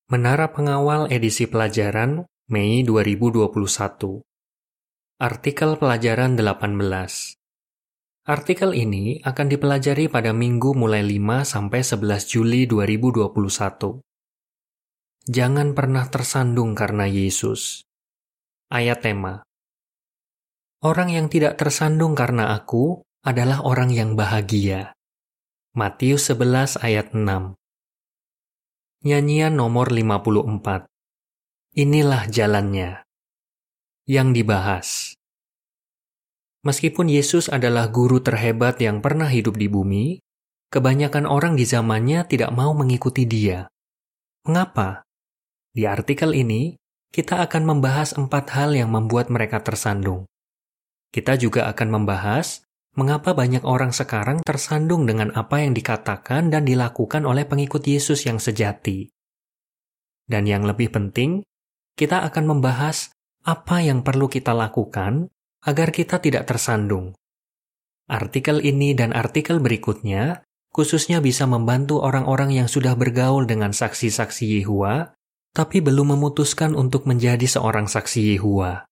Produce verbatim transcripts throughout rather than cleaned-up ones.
Menara Pengawal edisi pelajaran Mei dua ribu dua puluh satu. Artikel pelajaran delapan belas. Artikel ini akan dipelajari pada minggu mulai lima sampai sebelas Juli dua ribu dua puluh satu. Jangan pernah tersandung karena Yesus. Ayat tema. Orang yang tidak tersandung karena aku adalah orang yang bahagia. Matius sebelas ayat enam. Nyanyian nomor lima puluh empat. Inilah jalannya. Yang dibahas. Meskipun Yesus adalah guru terhebat yang pernah hidup di bumi, kebanyakan orang di zamannya tidak mau mengikuti dia. Mengapa? Di artikel ini, kita akan membahas empat hal yang membuat mereka tersandung. Kita juga akan membahas mengapa banyak orang sekarang tersandung dengan apa yang dikatakan dan dilakukan oleh pengikut Yesus yang sejati. Dan yang lebih penting, kita akan membahas apa yang perlu kita lakukan agar kita tidak tersandung. Artikel ini dan artikel berikutnya khususnya bisa membantu orang-orang yang sudah bergaul dengan saksi-saksi Yehuwa, tapi belum memutuskan untuk menjadi seorang saksi Yehuwa.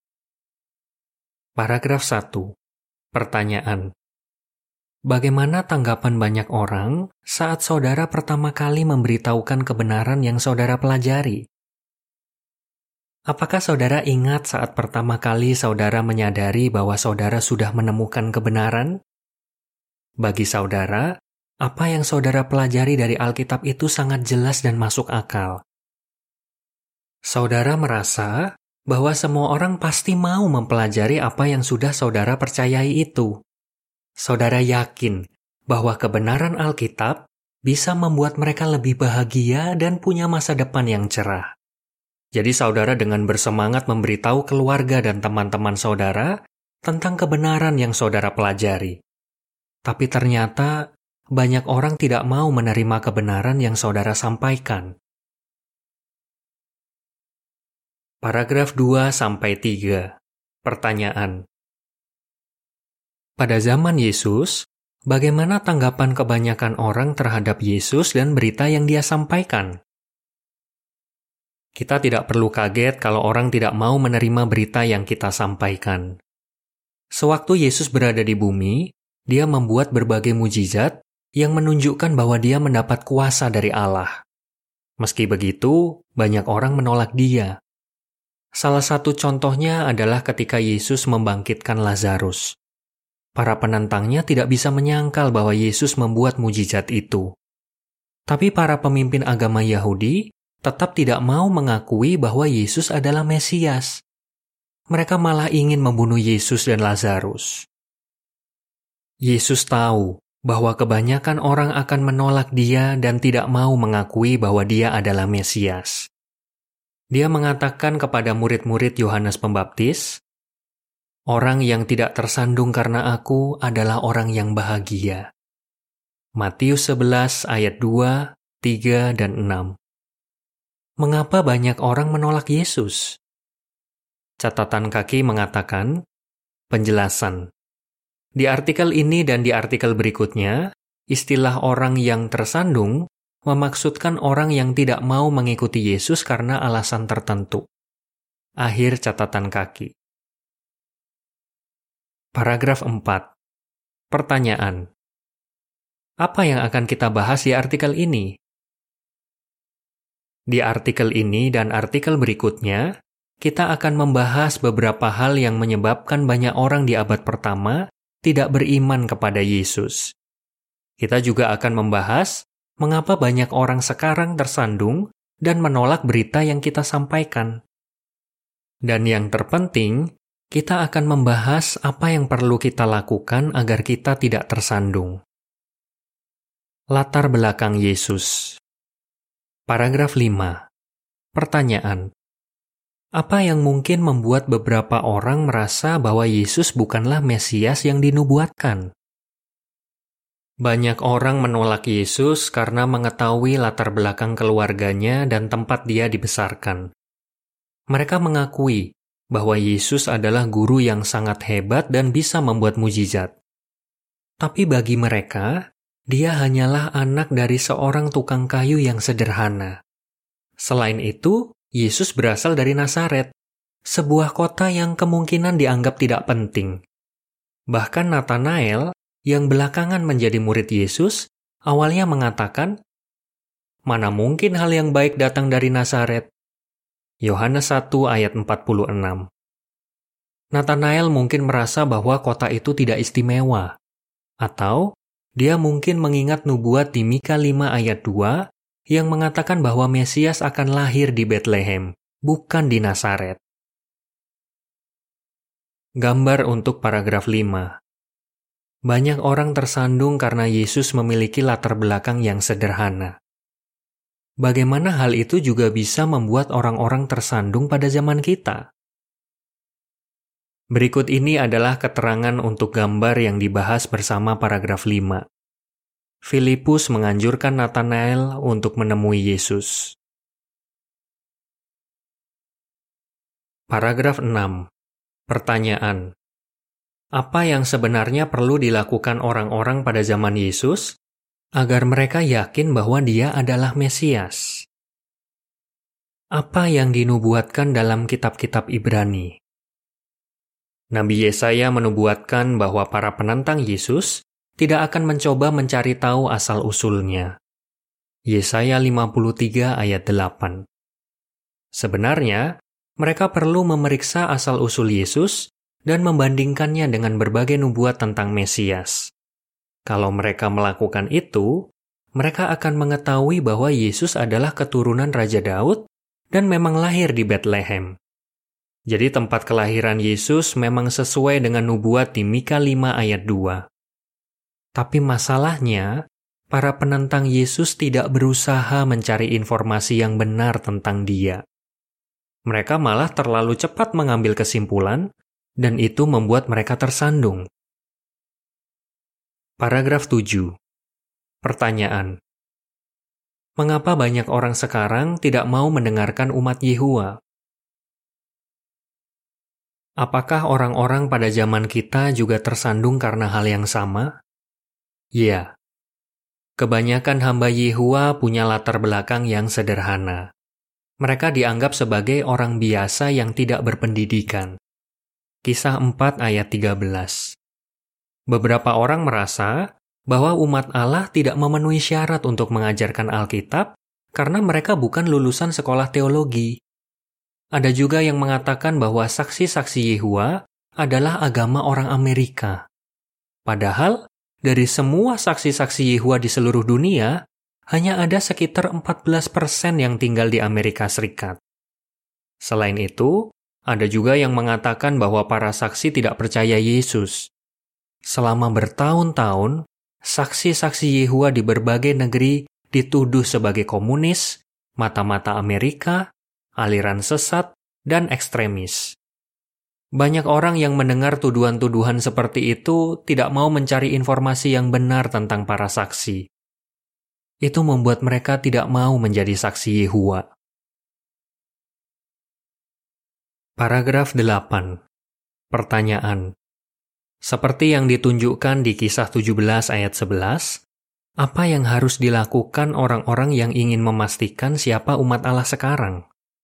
Paragraf satu. Pertanyaan. Bagaimana tanggapan banyak orang saat saudara pertama kali memberitahukan kebenaran yang saudara pelajari? Apakah saudara ingat saat pertama kali saudara menyadari bahwa saudara sudah menemukan kebenaran? Bagi saudara, apa yang saudara pelajari dari Alkitab itu sangat jelas dan masuk akal. Saudara merasa bahwa semua orang pasti mau mempelajari apa yang sudah saudara percayai itu. Saudara yakin bahwa kebenaran Alkitab bisa membuat mereka lebih bahagia dan punya masa depan yang cerah. Jadi saudara dengan bersemangat memberitahu keluarga dan teman-teman saudara tentang kebenaran yang saudara pelajari. Tapi ternyata banyak orang tidak mau menerima kebenaran yang saudara sampaikan. Paragraf dua sampai tiga. Pertanyaan. Pada zaman Yesus, bagaimana tanggapan kebanyakan orang terhadap Yesus dan berita yang dia sampaikan? Kita tidak perlu kaget kalau orang tidak mau menerima berita yang kita sampaikan. Sewaktu Yesus berada di bumi, dia membuat berbagai mujizat yang menunjukkan bahwa dia mendapat kuasa dari Allah. Meski begitu, banyak orang menolak dia. Salah satu contohnya adalah ketika Yesus membangkitkan Lazarus. Para penentangnya tidak bisa menyangkal bahwa Yesus membuat mujizat itu. Tapi para pemimpin agama Yahudi tetap tidak mau mengakui bahwa Yesus adalah Mesias. Mereka malah ingin membunuh Yesus dan Lazarus. Yesus tahu bahwa kebanyakan orang akan menolak dia dan tidak mau mengakui bahwa dia adalah Mesias. Dia mengatakan kepada murid-murid Yohanes Pembaptis, "Orang yang tidak tersandung karena aku adalah orang yang bahagia." Matius sebelas ayat dua, tiga, dan enam. Mengapa banyak orang menolak Yesus? Catatan kaki mengatakan, penjelasan. Di artikel ini dan di artikel berikutnya, istilah orang yang tersandung memaksudkan orang yang tidak mau mengikuti Yesus karena alasan tertentu. Akhir catatan kaki. Paragraf empat. Pertanyaan. Apa yang akan kita bahas di artikel ini? Di artikel ini dan artikel berikutnya, kita akan membahas beberapa hal yang menyebabkan banyak orang di abad pertama tidak beriman kepada Yesus. Kita juga akan membahas mengapa banyak orang sekarang tersandung dan menolak berita yang kita sampaikan. Dan yang terpenting, kita akan membahas apa yang perlu kita lakukan agar kita tidak tersandung. Latar belakang Yesus. Paragraf lima. Pertanyaan. Apa yang mungkin membuat beberapa orang merasa bahwa Yesus bukanlah Mesias yang dinubuatkan? Banyak orang menolak Yesus karena mengetahui latar belakang keluarganya dan tempat dia dibesarkan. Mereka mengakui bahwa Yesus adalah guru yang sangat hebat dan bisa membuat mujizat. Tapi bagi mereka, dia hanyalah anak dari seorang tukang kayu yang sederhana. Selain itu, Yesus berasal dari Nazaret, sebuah kota yang kemungkinan dianggap tidak penting. Bahkan Nathanael, yang belakangan menjadi murid Yesus, awalnya mengatakan, "Mana mungkin hal yang baik datang dari Nazaret?" Yohanes satu ayat empat puluh enam. Nathanael mungkin merasa bahwa kota itu tidak istimewa, atau dia mungkin mengingat nubuat di Mika lima ayat dua yang mengatakan bahwa Mesias akan lahir di Betlehem, bukan di Nazaret. Gambar untuk paragraf lima. Banyak orang tersandung karena Yesus memiliki latar belakang yang sederhana. Bagaimana hal itu juga bisa membuat orang-orang tersandung pada zaman kita? Berikut ini adalah keterangan untuk gambar yang dibahas bersama paragraf lima. Filipus menganjurkan Nathanael untuk menemui Yesus. Paragraf enam. Pertanyaan. Apa yang sebenarnya perlu dilakukan orang-orang pada zaman Yesus agar mereka yakin bahwa Dia adalah Mesias? Apa yang dinubuatkan dalam kitab-kitab Ibrani? Nabi Yesaya menubuatkan bahwa para penentang Yesus tidak akan mencoba mencari tahu asal-usulnya. Yesaya lima puluh tiga ayat delapan. Sebenarnya, mereka perlu memeriksa asal-usul Yesus dan membandingkannya dengan berbagai nubuat tentang Mesias. Kalau mereka melakukan itu, mereka akan mengetahui bahwa Yesus adalah keturunan Raja Daud dan memang lahir di Betlehem. Jadi tempat kelahiran Yesus memang sesuai dengan nubuat di Mika lima ayat dua. Tapi masalahnya, para penentang Yesus tidak berusaha mencari informasi yang benar tentang Dia. Mereka malah terlalu cepat mengambil kesimpulan, dan itu membuat mereka tersandung. Paragraf tujuh. Pertanyaan. Mengapa banyak orang sekarang tidak mau mendengarkan umat Yehuwa? Apakah orang-orang pada zaman kita juga tersandung karena hal yang sama? Ya. Kebanyakan hamba Yehuwa punya latar belakang yang sederhana. Mereka dianggap sebagai orang biasa yang tidak berpendidikan. Kisah empat ayat tiga belas. Beberapa orang merasa bahwa umat Allah tidak memenuhi syarat untuk mengajarkan Alkitab karena mereka bukan lulusan sekolah teologi. Ada juga yang mengatakan bahwa saksi-saksi Yehuwa adalah agama orang Amerika. Padahal, dari semua saksi-saksi Yehuwa di seluruh dunia, hanya ada sekitar empat belas persen yang tinggal di Amerika Serikat. Selain itu, ada juga yang mengatakan bahwa para saksi tidak percaya Yesus. Selama bertahun-tahun, saksi-saksi Yehuwa di berbagai negeri dituduh sebagai komunis, mata-mata Amerika, aliran sesat, dan ekstremis. Banyak orang yang mendengar tuduhan-tuduhan seperti itu tidak mau mencari informasi yang benar tentang para saksi. Itu membuat mereka tidak mau menjadi saksi Yehuwa. Paragraf delapan. Pertanyaan. Seperti yang ditunjukkan di Kisah tujuh belas ayat sebelas, apa yang harus dilakukan orang-orang yang ingin memastikan siapa umat Allah sekarang?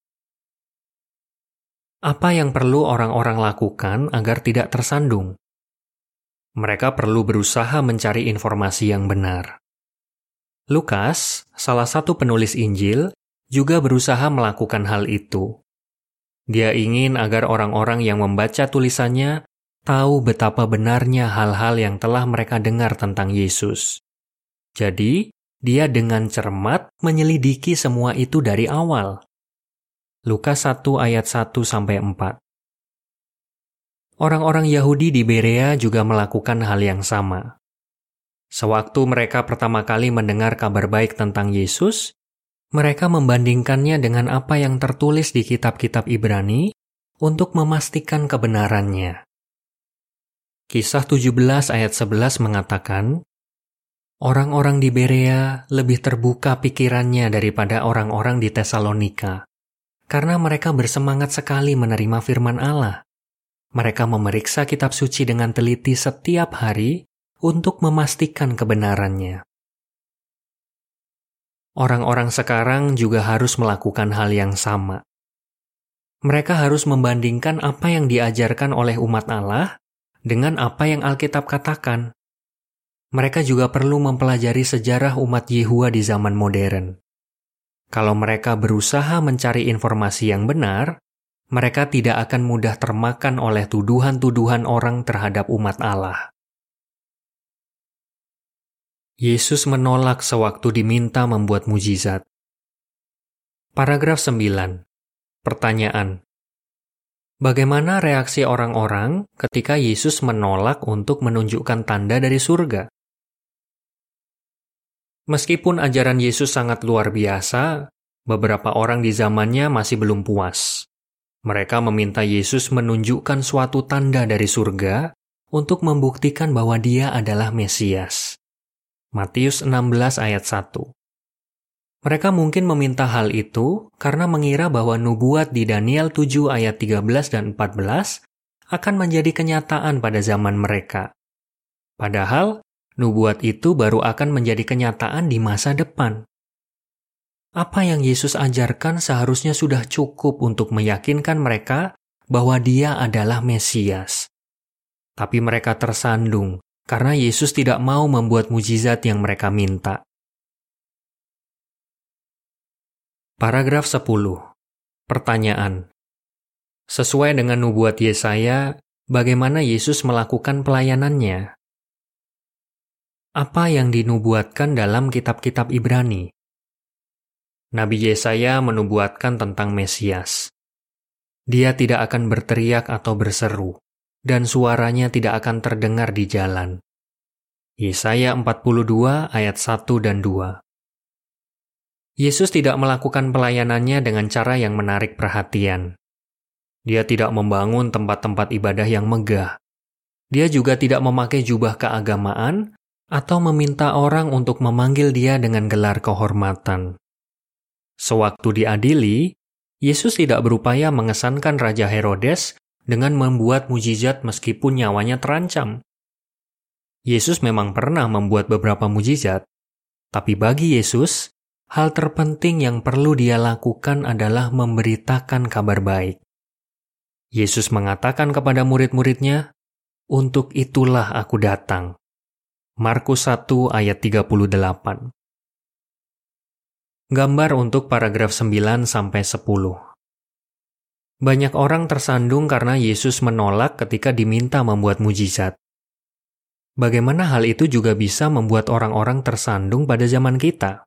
Apa yang perlu orang-orang lakukan agar tidak tersandung? Mereka perlu berusaha mencari informasi yang benar. Lukas, salah satu penulis Injil, juga berusaha melakukan hal itu. Dia ingin agar orang-orang yang membaca tulisannya tahu betapa benarnya hal-hal yang telah mereka dengar tentang Yesus. Jadi, dia dengan cermat menyelidiki semua itu dari awal. Lukas satu ayat satu sampai empat. Orang-orang Yahudi di Berea juga melakukan hal yang sama. Sewaktu mereka pertama kali mendengar kabar baik tentang Yesus, mereka membandingkannya dengan apa yang tertulis di kitab-kitab Ibrani untuk memastikan kebenarannya. Kisah tujuh belas ayat sebelas mengatakan, orang-orang di Berea lebih terbuka pikirannya daripada orang-orang di Tesalonika, karena mereka bersemangat sekali menerima firman Allah. Mereka memeriksa kitab suci dengan teliti setiap hari untuk memastikan kebenarannya. orang-orang sekarang juga harus melakukan hal yang sama. Mereka harus membandingkan apa yang diajarkan oleh umat Allah dengan apa yang Alkitab katakan. Mereka juga perlu mempelajari sejarah umat Yehua di zaman modern. Kalau mereka berusaha mencari informasi yang benar, mereka tidak akan mudah termakan oleh tuduhan-tuduhan orang terhadap umat Allah. Yesus menolak sewaktu diminta membuat mujizat. Paragraf sembilan. Pertanyaan. Bagaimana reaksi orang-orang ketika Yesus menolak untuk menunjukkan tanda dari surga? Meskipun ajaran Yesus sangat luar biasa, beberapa orang di zamannya masih belum puas. Mereka meminta Yesus menunjukkan suatu tanda dari surga untuk membuktikan bahwa Dia adalah Mesias. Matius enam belas ayat satu. Mereka mungkin meminta hal itu karena mengira bahwa nubuat di Daniel tujuh ayat tiga belas dan empat belas akan menjadi kenyataan pada zaman mereka. Padahal, nubuat itu baru akan menjadi kenyataan di masa depan. Apa yang Yesus ajarkan seharusnya sudah cukup untuk meyakinkan mereka bahwa Dia adalah Mesias. Tapi mereka tersandung karena Yesus tidak mau membuat mujizat yang mereka minta. Paragraf sepuluh. Pertanyaan. Sesuai dengan nubuat Yesaya, bagaimana Yesus melakukan pelayanannya? Apa yang dinubuatkan dalam kitab-kitab Ibrani? Nabi Yesaya menubuatkan tentang Mesias. Dia tidak akan berteriak atau berseru, dan suaranya tidak akan terdengar di jalan. Yesaya empat puluh dua ayat satu dan dua. Yesus tidak melakukan pelayanannya dengan cara yang menarik perhatian. Dia tidak membangun tempat-tempat ibadah yang megah. Dia juga tidak memakai jubah keagamaan atau meminta orang untuk memanggil dia dengan gelar kehormatan. Sewaktu diadili, Yesus tidak berupaya mengesankan Raja Herodes dengan membuat mujizat meskipun nyawanya terancam. Yesus memang pernah membuat beberapa mujizat, tapi bagi Yesus, hal terpenting yang perlu dia lakukan adalah memberitakan kabar baik. Yesus mengatakan kepada murid-muridnya, "Untuk itulah aku datang." Markus satu ayat tiga puluh delapan. Gambar untuk paragraf sembilan sampai sepuluh. Banyak orang tersandung karena Yesus menolak ketika diminta membuat mujizat. Bagaimana hal itu juga bisa membuat orang-orang tersandung pada zaman kita?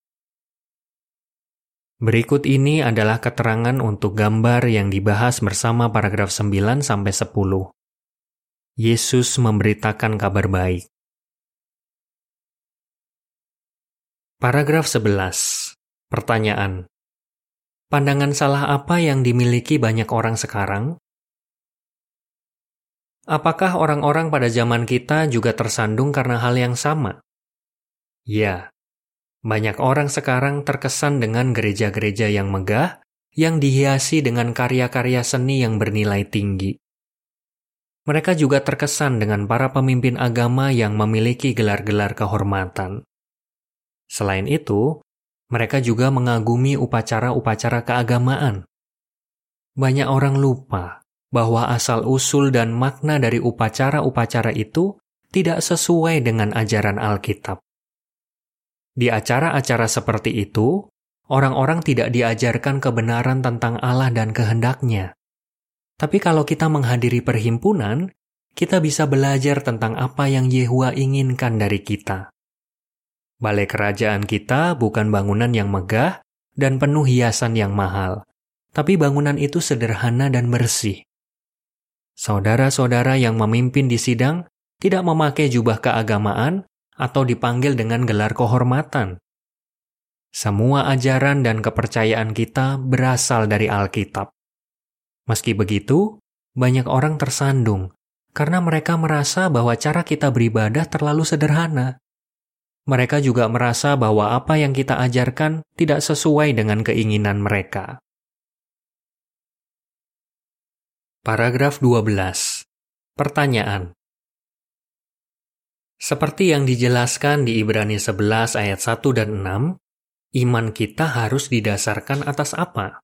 Berikut ini adalah keterangan untuk gambar yang dibahas bersama paragraf sembilan sampai sepuluh. Yesus memberitakan kabar baik. Paragraf sebelas. Pertanyaan. Pandangan salah apa yang dimiliki banyak orang sekarang? Apakah orang-orang pada zaman kita juga tersandung karena hal yang sama? Ya. Banyak orang sekarang terkesan dengan gereja-gereja yang megah, yang dihiasi dengan karya-karya seni yang bernilai tinggi. Mereka juga terkesan dengan para pemimpin agama yang memiliki gelar-gelar kehormatan. Selain itu, mereka juga mengagumi upacara-upacara keagamaan. Banyak orang lupa bahwa asal-usul dan makna dari upacara-upacara itu tidak sesuai dengan ajaran Alkitab. Di acara-acara seperti itu, orang-orang tidak diajarkan kebenaran tentang Allah dan kehendak-Nya. Tapi kalau kita menghadiri perhimpunan, kita bisa belajar tentang apa yang Yehua inginkan dari kita. Balai kerajaan kita bukan bangunan yang megah dan penuh hiasan yang mahal, tapi bangunan itu sederhana dan bersih. Saudara-saudara yang memimpin di sidang tidak memakai jubah keagamaan atau dipanggil dengan gelar kehormatan. Semua ajaran dan kepercayaan kita berasal dari Alkitab. Meski begitu, banyak orang tersandung karena mereka merasa bahwa cara kita beribadah terlalu sederhana. Mereka juga merasa bahwa apa yang kita ajarkan tidak sesuai dengan keinginan mereka. Paragraf dua belas. Pertanyaan. Seperti yang dijelaskan di Ibrani sebelas ayat satu dan enam, iman kita harus didasarkan atas apa?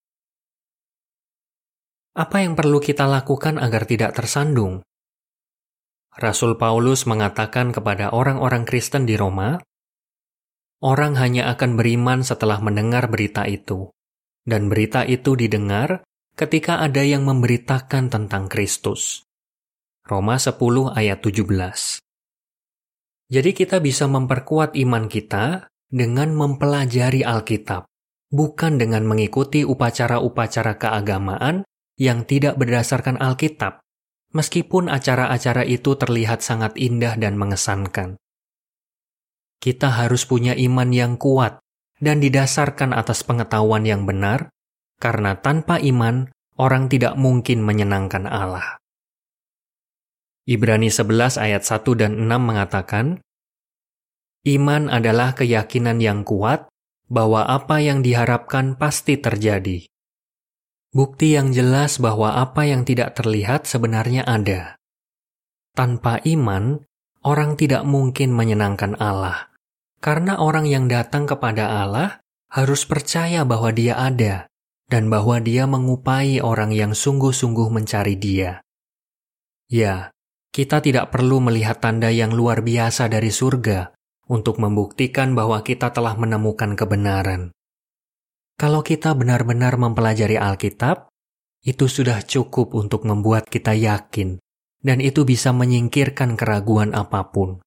Apa yang perlu kita lakukan agar tidak tersandung? Rasul Paulus mengatakan kepada orang-orang Kristen di Roma, orang hanya akan beriman setelah mendengar berita itu, dan berita itu didengar ketika ada yang memberitakan tentang Kristus. Roma sepuluh ayat tujuh belas. Jadi kita bisa memperkuat iman kita dengan mempelajari Alkitab, bukan dengan mengikuti upacara-upacara keagamaan yang tidak berdasarkan Alkitab, meskipun acara-acara itu terlihat sangat indah dan mengesankan. Kita harus punya iman yang kuat dan didasarkan atas pengetahuan yang benar, karena tanpa iman, orang tidak mungkin menyenangkan Allah. Ibrani sebelas ayat satu dan enam mengatakan, iman adalah keyakinan yang kuat bahwa apa yang diharapkan pasti terjadi. Bukti yang jelas bahwa apa yang tidak terlihat sebenarnya ada. Tanpa iman, orang tidak mungkin menyenangkan Allah. Karena orang yang datang kepada Allah harus percaya bahwa Dia ada dan bahwa Dia mengupai orang yang sungguh-sungguh mencari Dia. Ya, kita tidak perlu melihat tanda yang luar biasa dari surga untuk membuktikan bahwa kita telah menemukan kebenaran. Kalau kita benar-benar mempelajari Alkitab, itu sudah cukup untuk membuat kita yakin, dan itu bisa menyingkirkan keraguan apapun.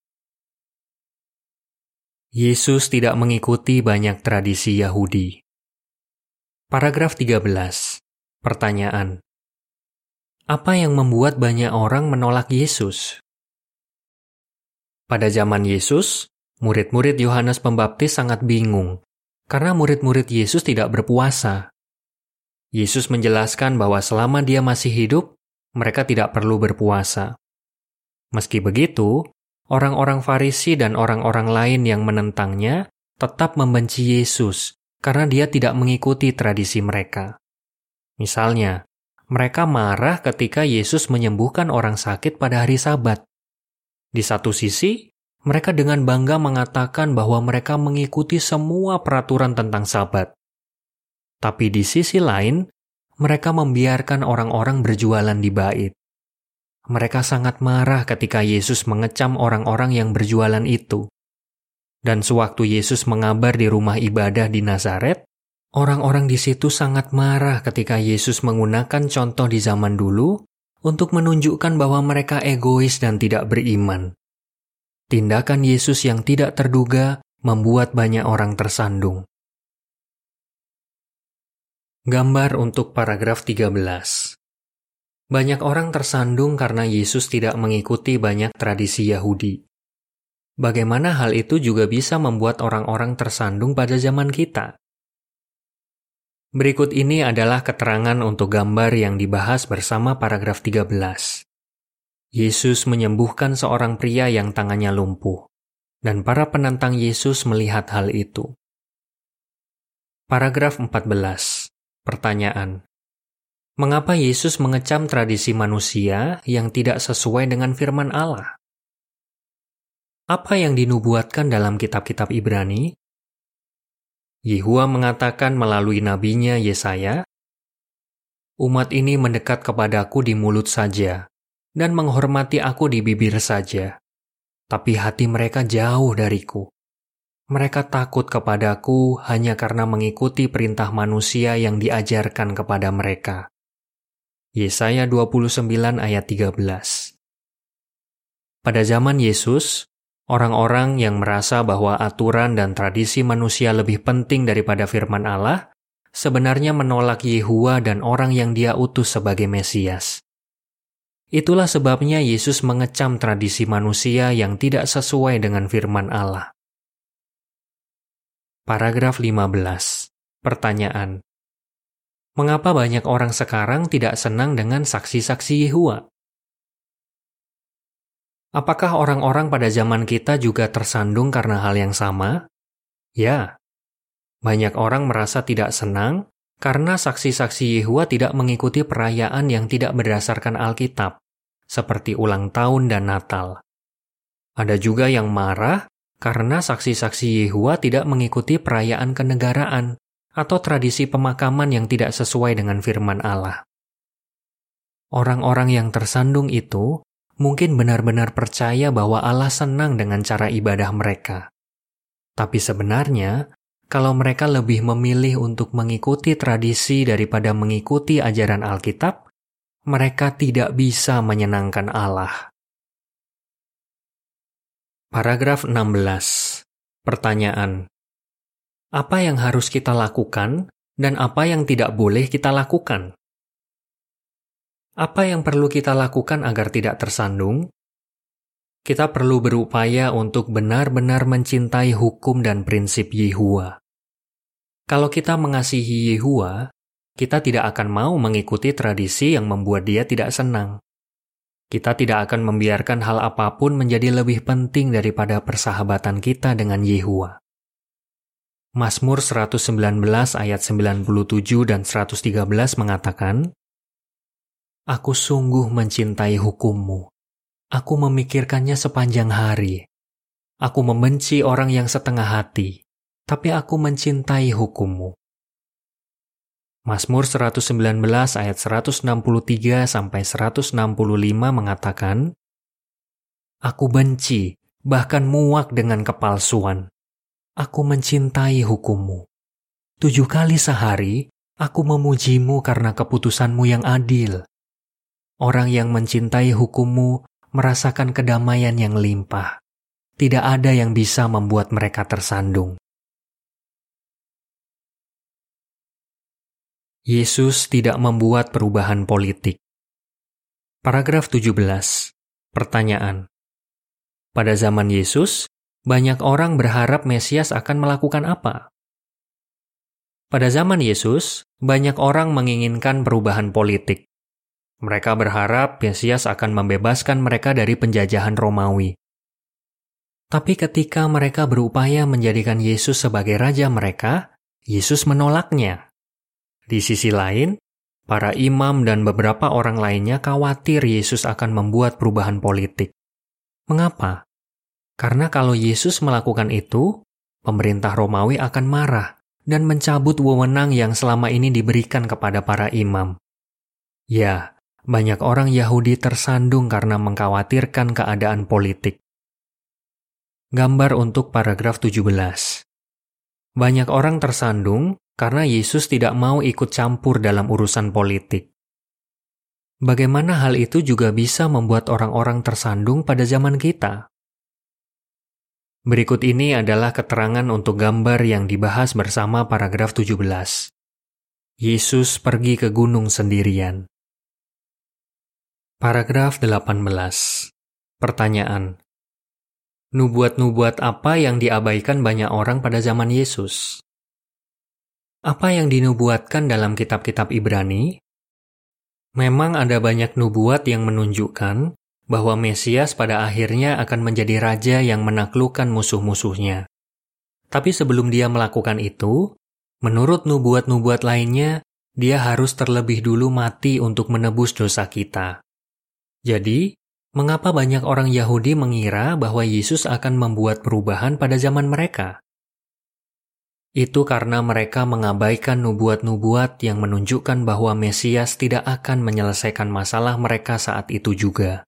Yesus tidak mengikuti banyak tradisi Yahudi. Paragraf tiga belas. Pertanyaan. Apa yang membuat banyak orang menolak Yesus? Pada zaman Yesus, murid-murid Yohanes Pembaptis sangat bingung karena murid-murid Yesus tidak berpuasa. Yesus menjelaskan bahwa selama Dia masih hidup, mereka tidak perlu berpuasa. Meski begitu, orang-orang Farisi dan orang-orang lain yang menentangnya tetap membenci Yesus karena Dia tidak mengikuti tradisi mereka. Misalnya, mereka marah ketika Yesus menyembuhkan orang sakit pada hari Sabat. Di satu sisi, mereka dengan bangga mengatakan bahwa mereka mengikuti semua peraturan tentang Sabat. Tapi di sisi lain, mereka membiarkan orang-orang berjualan di bait. Mereka sangat marah ketika Yesus mengecam orang-orang yang berjualan itu. Dan sewaktu Yesus mengabar di rumah ibadah di Nazaret, orang-orang di situ sangat marah ketika Yesus menggunakan contoh di zaman dulu untuk menunjukkan bahwa mereka egois dan tidak beriman. Tindakan Yesus yang tidak terduga membuat banyak orang tersandung. Gambar untuk paragraf tiga belas. Banyak orang tersandung karena Yesus tidak mengikuti banyak tradisi Yahudi. Bagaimana hal itu juga bisa membuat orang-orang tersandung pada zaman kita? Berikut ini adalah keterangan untuk gambar yang dibahas bersama paragraf tiga belas. Yesus menyembuhkan seorang pria yang tangannya lumpuh, dan para penentang Yesus melihat hal itu. Paragraf empat belas. Pertanyaan. Mengapa Yesus mengecam tradisi manusia yang tidak sesuai dengan firman Allah? Apa yang dinubuatkan dalam kitab-kitab Ibrani? Yehua mengatakan melalui nabinya Yesaya, umat ini mendekat kepadaku di mulut saja, dan menghormati aku di bibir saja. Tapi hati mereka jauh dariku. Mereka takut kepadaku hanya karena mengikuti perintah manusia yang diajarkan kepada mereka. Yesaya dua puluh sembilan ayat tiga belas. Pada zaman Yesus, orang-orang yang merasa bahwa aturan dan tradisi manusia lebih penting daripada firman Allah, sebenarnya menolak Yehua dan orang yang Dia utus sebagai Mesias. Itulah sebabnya Yesus mengecam tradisi manusia yang tidak sesuai dengan firman Allah. Paragraf lima belas. Pertanyaan. Mengapa banyak orang sekarang tidak senang dengan saksi-saksi Yehua? Apakah orang-orang pada zaman kita juga tersandung karena hal yang sama? Ya. Banyak orang merasa tidak senang karena saksi-saksi Yehua tidak mengikuti perayaan yang tidak berdasarkan Alkitab, seperti ulang tahun dan Natal. Ada juga yang marah karena saksi-saksi Yehua tidak mengikuti perayaan kenegaraan atau tradisi pemakaman yang tidak sesuai dengan firman Allah. Orang-orang yang tersandung itu mungkin benar-benar percaya bahwa Allah senang dengan cara ibadah mereka. Tapi sebenarnya, kalau mereka lebih memilih untuk mengikuti tradisi daripada mengikuti ajaran Alkitab, mereka tidak bisa menyenangkan Allah. Paragraf enam belas. Pertanyaan. Apa yang harus kita lakukan dan apa yang tidak boleh kita lakukan? Apa yang perlu kita lakukan agar tidak tersandung? Kita perlu berupaya untuk benar-benar mencintai hukum dan prinsip Yehua. Kalau kita mengasihi Yehua, kita tidak akan mau mengikuti tradisi yang membuat dia tidak senang. Kita tidak akan membiarkan hal apapun menjadi lebih penting daripada persahabatan kita dengan Yehua. Mazmur seratus sembilan belas ayat sembilan puluh tujuh dan seratus tiga belas mengatakan, Aku sungguh mencintai hukum-Mu. Aku memikirkannya sepanjang hari. Aku membenci orang yang setengah hati, tapi aku mencintai hukum-Mu. Mazmur seratus sembilan belas ayat seratus enam puluh tiga sampai seratus enam puluh lima mengatakan, Aku benci, bahkan muak dengan kepalsuan. Aku mencintai hukum-Mu. Tujuh kali sehari, aku memuji-Mu karena keputusan-Mu yang adil. Orang yang mencintai hukum-Mu merasakan kedamaian yang limpah. Tidak ada yang bisa membuat mereka tersandung. Yesus tidak membuat perubahan politik. Paragraf tujuh belas. Pertanyaan. Pada zaman Yesus, banyak orang berharap Mesias akan melakukan apa? Pada zaman Yesus, banyak orang menginginkan perubahan politik. Mereka berharap Mesias akan membebaskan mereka dari penjajahan Romawi. Tapi ketika mereka berupaya menjadikan Yesus sebagai raja mereka, Yesus menolaknya. Di sisi lain, para imam dan beberapa orang lainnya khawatir Yesus akan membuat perubahan politik. Mengapa? Karena kalau Yesus melakukan itu, pemerintah Romawi akan marah dan mencabut wewenang yang selama ini diberikan kepada para imam. Ya, banyak orang Yahudi tersandung karena mengkhawatirkan keadaan politik. Gambar untuk paragraf tujuh belas. Banyak orang tersandung karena Yesus tidak mau ikut campur dalam urusan politik. Bagaimana hal itu juga bisa membuat orang-orang tersandung pada zaman kita? Berikut ini adalah keterangan untuk gambar yang dibahas bersama paragraf tujuh belas. Yesus pergi ke gunung sendirian. Paragraf delapan belas. Pertanyaan. Nubuat-nubuat apa yang diabaikan banyak orang pada zaman Yesus? Apa yang dinubuatkan dalam kitab-kitab Ibrani? Memang ada banyak nubuat yang menunjukkan bahwa Mesias pada akhirnya akan menjadi raja yang menaklukkan musuh-musuhnya. Tapi sebelum dia melakukan itu, menurut nubuat-nubuat lainnya, dia harus terlebih dulu mati untuk menebus dosa kita. Jadi, mengapa banyak orang Yahudi mengira bahwa Yesus akan membuat perubahan pada zaman mereka? Itu karena mereka mengabaikan nubuat-nubuat yang menunjukkan bahwa Mesias tidak akan menyelesaikan masalah mereka saat itu juga.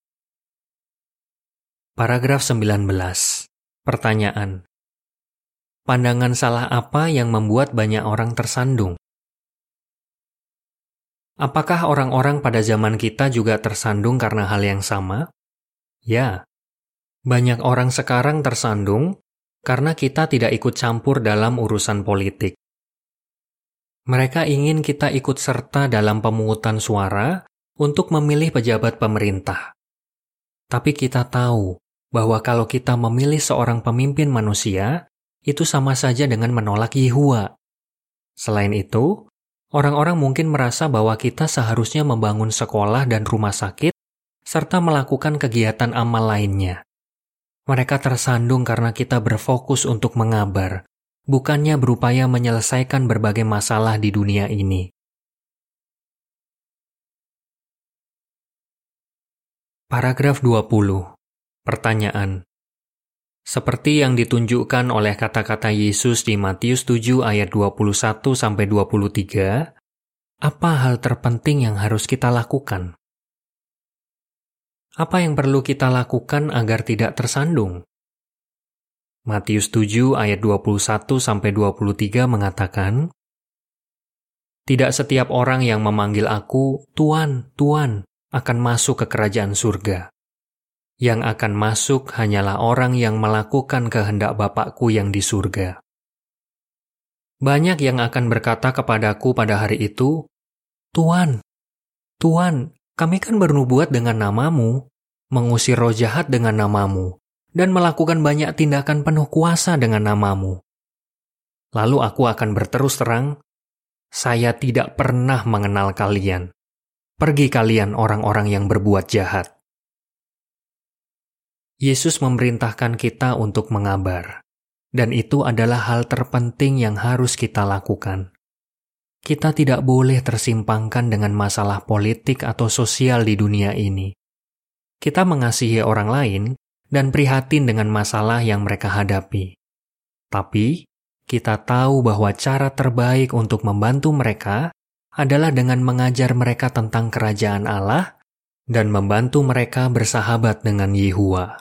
Paragraf sembilan belas. Pertanyaan. Pandangan salah apa yang membuat banyak orang tersandung? Apakah orang-orang pada zaman kita juga tersandung karena hal yang sama? Ya, banyak orang sekarang tersandung karena kita tidak ikut campur dalam urusan politik. Mereka ingin kita ikut serta dalam pemungutan suara untuk memilih pejabat pemerintah. Tapi kita tahu bahwa kalau kita memilih seorang pemimpin manusia, itu sama saja dengan menolak Yehua. Selain itu, orang-orang mungkin merasa bahwa kita seharusnya membangun sekolah dan rumah sakit, serta melakukan kegiatan amal lainnya. Mereka tersandung karena kita berfokus untuk mengabar, bukannya berupaya menyelesaikan berbagai masalah di dunia ini. Paragraf dua puluh. Pertanyaan. Seperti yang ditunjukkan oleh kata-kata Yesus di Matius tujuh ayat dua puluh satu sampai dua puluh tiga, apa hal terpenting yang harus kita lakukan? Apa yang perlu kita lakukan agar tidak tersandung? Matius tujuh ayat dua puluh satu sampai dua puluh tiga mengatakan, "Tidak setiap orang yang memanggil aku, Tuan, Tuan, akan masuk ke kerajaan surga. Yang akan masuk hanyalah orang yang melakukan kehendak Bapakku yang di surga. Banyak yang akan berkata kepadaku pada hari itu, Tuan, Tuan, kami kan bernubuat dengan namamu, mengusir roh jahat dengan namamu, dan melakukan banyak tindakan penuh kuasa dengan namamu. Lalu aku akan berterus terang, saya tidak pernah mengenal kalian. Pergi kalian orang-orang yang berbuat jahat." Yesus memerintahkan kita untuk mengabar, dan itu adalah hal terpenting yang harus kita lakukan. Kita tidak boleh tersimpangkan dengan masalah politik atau sosial di dunia ini. Kita mengasihi orang lain dan prihatin dengan masalah yang mereka hadapi. Tapi, kita tahu bahwa cara terbaik untuk membantu mereka adalah dengan mengajar mereka tentang kerajaan Allah dan membantu mereka bersahabat dengan Yehuwa.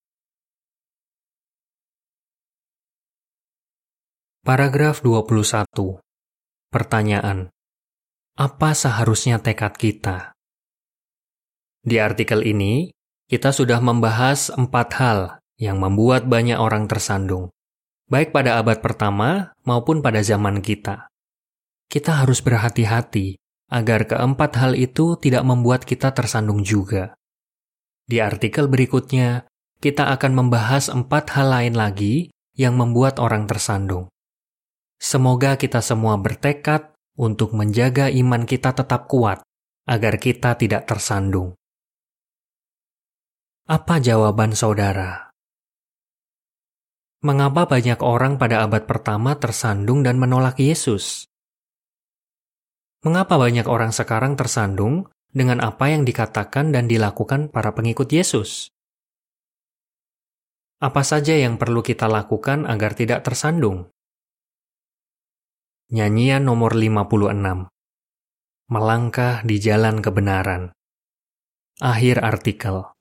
Paragraf dua puluh satu. Pertanyaan: apa seharusnya tekad kita? Di artikel ini, kita sudah membahas empat hal yang membuat banyak orang tersandung, baik pada abad pertama maupun pada zaman kita. Kita harus berhati-hati agar keempat hal itu tidak membuat kita tersandung juga. Di artikel berikutnya, kita akan membahas empat hal lain lagi yang membuat orang tersandung. Semoga kita semua bertekad untuk menjaga iman kita tetap kuat, agar kita tidak tersandung. Apa jawaban saudara? Mengapa banyak orang pada abad pertama tersandung dan menolak Yesus? Mengapa banyak orang sekarang tersandung dengan apa yang dikatakan dan dilakukan para pengikut Yesus? Apa saja yang perlu kita lakukan agar tidak tersandung? Nyanyian nomor lima puluh enam. Melangkah di jalan kebenaran. Akhir artikel.